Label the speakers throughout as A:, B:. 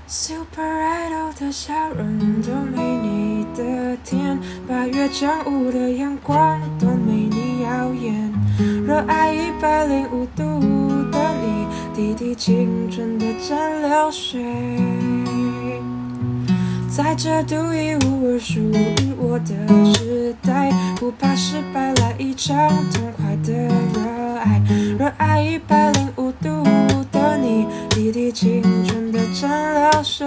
A: Super Idol 的笑容都没你的甜，八月正午的阳光都没你耀眼，热爱105度的你，滴滴青春的蒸馏水，在这独一无二属于我的时代，不怕失败，来一场痛快的热爱，热爱105度的你，滴滴青春的蒸馏水。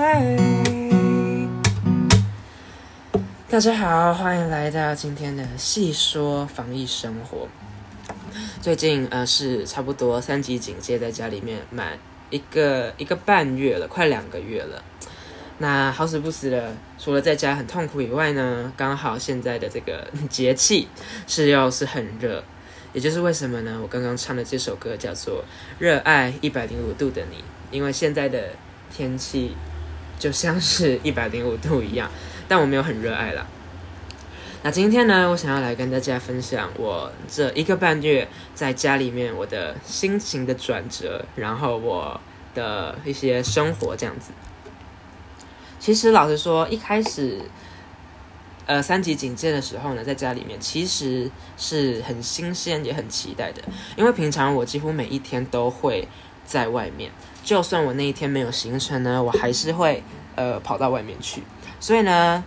A: 大家好，欢迎来到今天的细说防疫生活。最近是差不多3级警戒，在家里面满一个半月了，快2个月了。那好死不死的，除了在家很痛苦以外呢，刚好现在的这个节气又是很热，也就是为什么呢？我刚刚唱的这首歌叫做《热爱105度的你》，因为现在的天气就像是105度一样，但我没有很热爱啦。那今天呢，我想要来跟大家分享我这1个半月在家里面我的心情的转折，然后我的一些生活这样子。其实老实说，一开始3级警戒的时候呢，在家里面其实是很新鲜也很期待的，因为平常我几乎每一天都会在外面，就算我那一天没有行程呢，我还是会跑到外面去。所以呢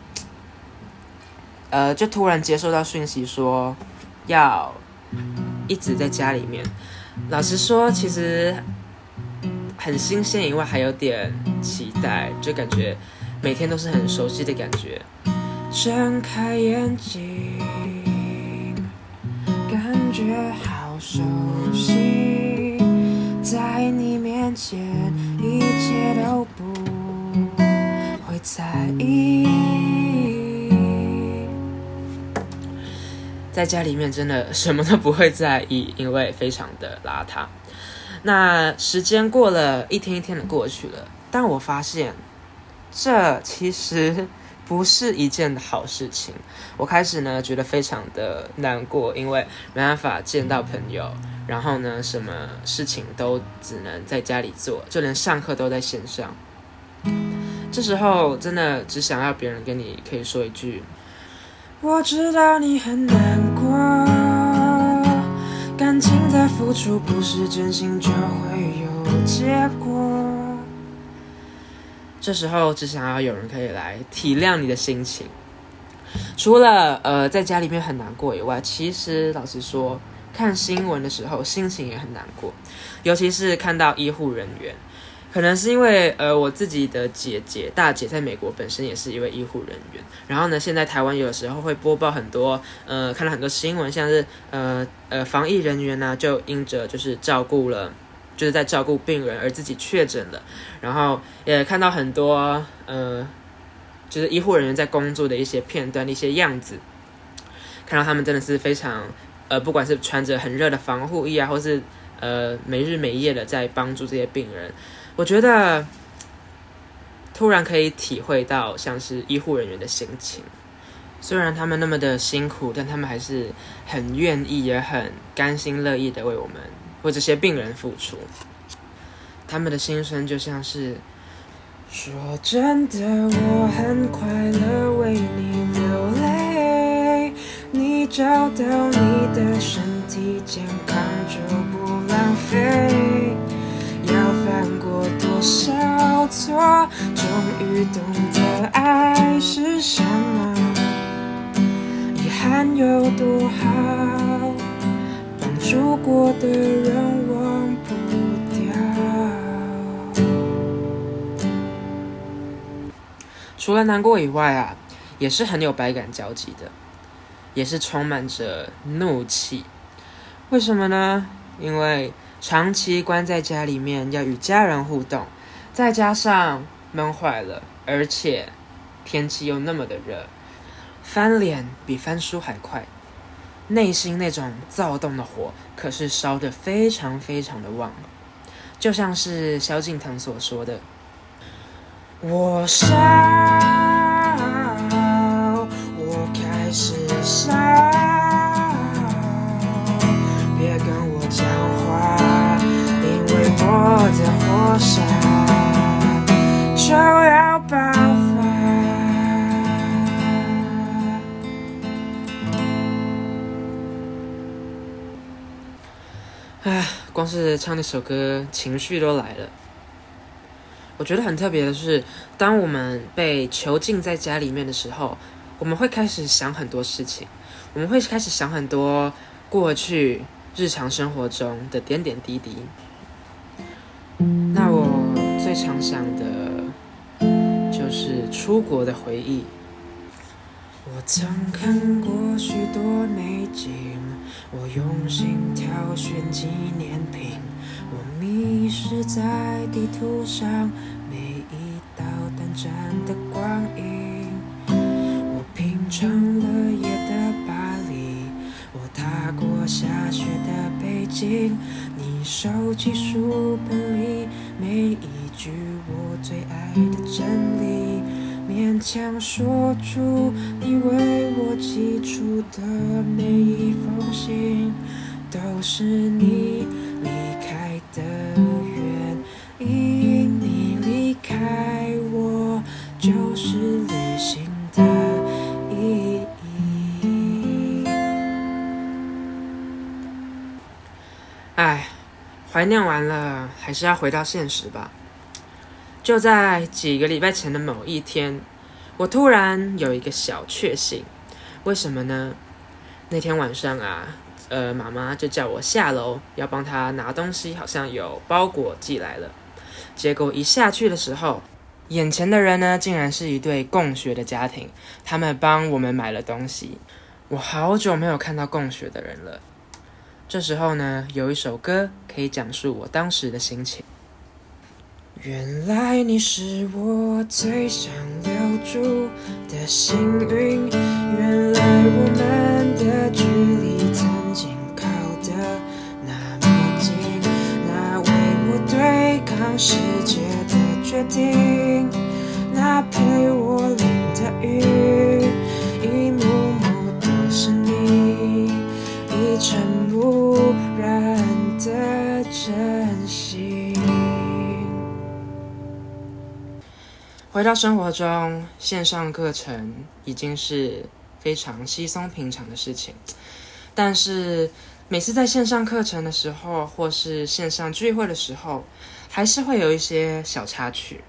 A: 就突然接收到讯息说要一直在家里面，老实说其实很新鲜以外还有点期待，就感觉每天都是很熟悉的感觉。睁开眼睛，感觉好熟悉，在你面前一切都不会在意。在家里面真的什么都不会在意，因为非常的邋遢。那时间过了，一天一天的过去了，但我发现这其实不是一件好事情。我开始呢觉得非常的难过，因为没办法见到朋友，然后呢什么事情都只能在家里做，就连上课都在线上。这时候真的只想要别人跟你可以说一句，我知道你很难过，感情的付出不是真心就会有结果。这时候只想要有人可以来体谅你的心情。除了在家里面很难过以外，其实老实说，看新闻的时候心情也很难过，尤其是看到医护人员。可能是因为我自己的大姐在美国本身也是一位医护人员，然后呢现在台湾有的时候会播报很多看到很多新闻，像是防疫人员呢就因着就是在照顾病人而自己确诊了，然后也看到很多就是医护人员在工作的一些片段一些样子，看到他们真的是非常不管是穿着很热的防护衣啊，或是没日没夜的在帮助这些病人，我觉得突然可以体会到像是医护人员的心情。虽然他们那么的辛苦，但他们还是很愿意也很甘心乐意的为我们为这些病人付出。他们的心声就像是，说真的我很快乐为你流泪，你找到你的身体健康就不浪费，要犯过多少错，终于懂得爱是什么，遗憾有多好，帮助过的人忘不掉。除了难过以外啊，也是很有百感交集的，也是充满着怒气。为什么呢？因为长期关在家里面，要与家人互动，再加上闷坏了，而且天气又那么的热，翻脸比翻书还快，内心那种躁动的火可是烧得非常非常的旺。就像是萧敬腾所说的，我烧，我开始烧，别跟我讲话，因为我的火烧就光是唱那首歌，情绪都来了。我觉得很特别的是，当我们被囚禁在家里面的时候，我们会开始想很多事情，我们会开始想很多过去日常生活中的点点滴滴。那我最常想的就是出国的回忆。我曾看过许多美景，我用心挑选纪念品，我迷失在地图上每一道短暂的光阴。我品尝了夜的巴黎，我踏过下雪的北京，你收起书本里每一句我最爱的真理，勉强说出你为我寄出的每一封信，都是你离开的原因。你离开我，就是旅行的意义。怀念完了，还是要回到现实吧。就在几个礼拜前的某一天，我突然有一个小确幸。为什么呢？那天晚上妈妈就叫我下楼要帮她拿东西，好像有包裹寄来了。结果一下去的时候，眼前的人呢，竟然是一对共学的家庭，他们帮我们买了东西。我好久没有看到共学的人了。这时候呢，有一首歌可以讲述我当时的心情。原来你是我最想留住的幸运，原来我们的距离曾经靠得那么近，那为我对抗世界的决定，那陪我淋的雨，一幕幕都是你一尘不染的真心。回到生活中，线上课程已经是非常稀松平常的事情，但是每次在线上课程的时候，或是线上聚会的时候，还是会有一些小插曲。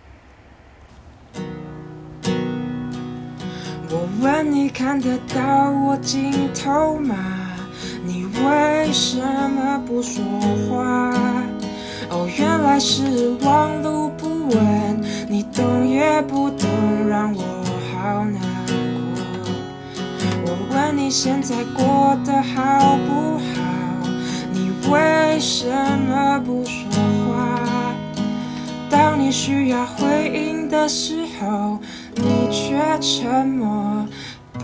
A: 我问你看得到我尽头吗？你为什么不说话？哦，原来是网路不稳，你懂也不懂，让我好难过。我问你现在过得好不好？你为什么不说话？当你需要回应的时候，你却沉默不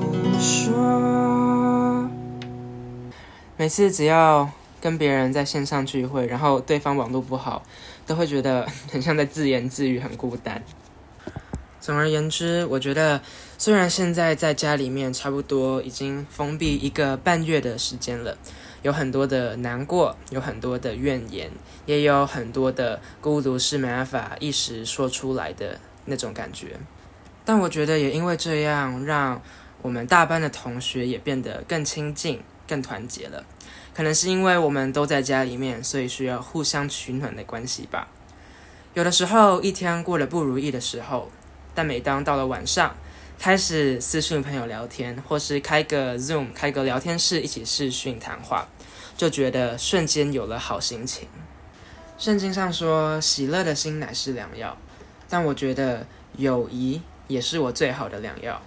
A: 说。每次只要跟别人在线上聚会，然后对方网络不好，都会觉得很像在自言自语，很孤单。总而言之，我觉得虽然现在在家里面差不多已经封闭1个半月的时间了，有很多的难过，有很多的怨言，也有很多的孤独是没办法一时说出来的那种感觉。但我觉得也因为这样，让我们大班的同学也变得更亲近，更团结了。可能是因为我们都在家里面，所以需要互相取暖的关系吧。有的时候一天过得不如意的时候，但每当到了晚上，开始私讯朋友聊天，或是开个 Zoom 开个聊天室一起视讯谈话，就觉得瞬间有了好心情。圣经上说喜乐的心乃是良药，但我觉得友谊也是我最好的良药。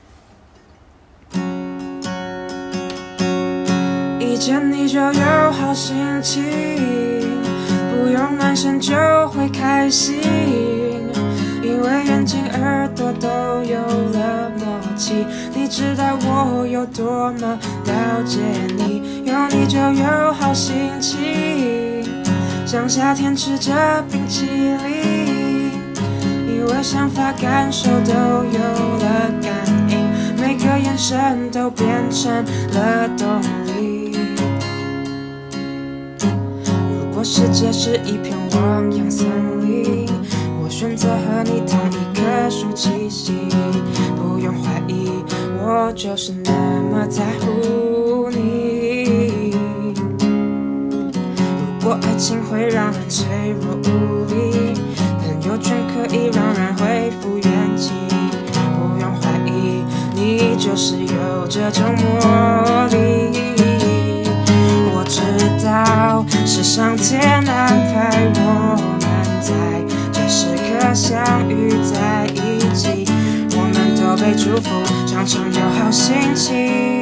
A: 一见你就有好心情，不用男生就会开心，因为眼睛耳朵都有了默契。你知道我有多么了解你，有你就有好心情，像夏天吃着冰淇淋，因为想法感受都有了感应，每个眼神都变成了动力。如果世界是一片汪洋森林，我选择和你同一棵树栖息，不用怀疑，我就是那么在乎你。如果爱情会让人脆弱无力，朋友圈可以让人恢复元气。不用怀疑，你就是有这种魔力。我知道是上天安排我们在这时刻相遇在一起，我们都被祝福，常常有好心情。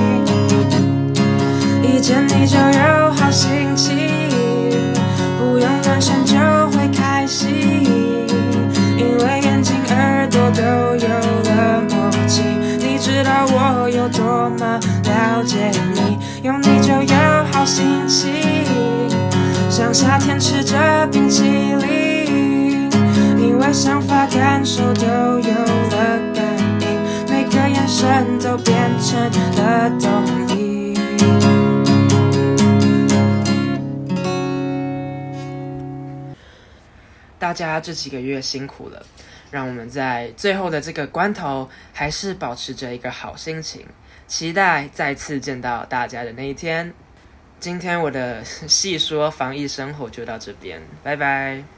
A: 一见你就有好心情，不用人生就会开心，因为眼睛耳朵都有了默契。你知道我有多么了解你，有你就有好心情，像夏天吃着冰淇淋，因为想法感受都有了感应，每个眼神都变成了动力。大家这几个月辛苦了，让我们在最后的这个关头还是保持着一个好心情，期待再次见到大家的那一天。今天我的细说防疫生活就到这边，拜拜。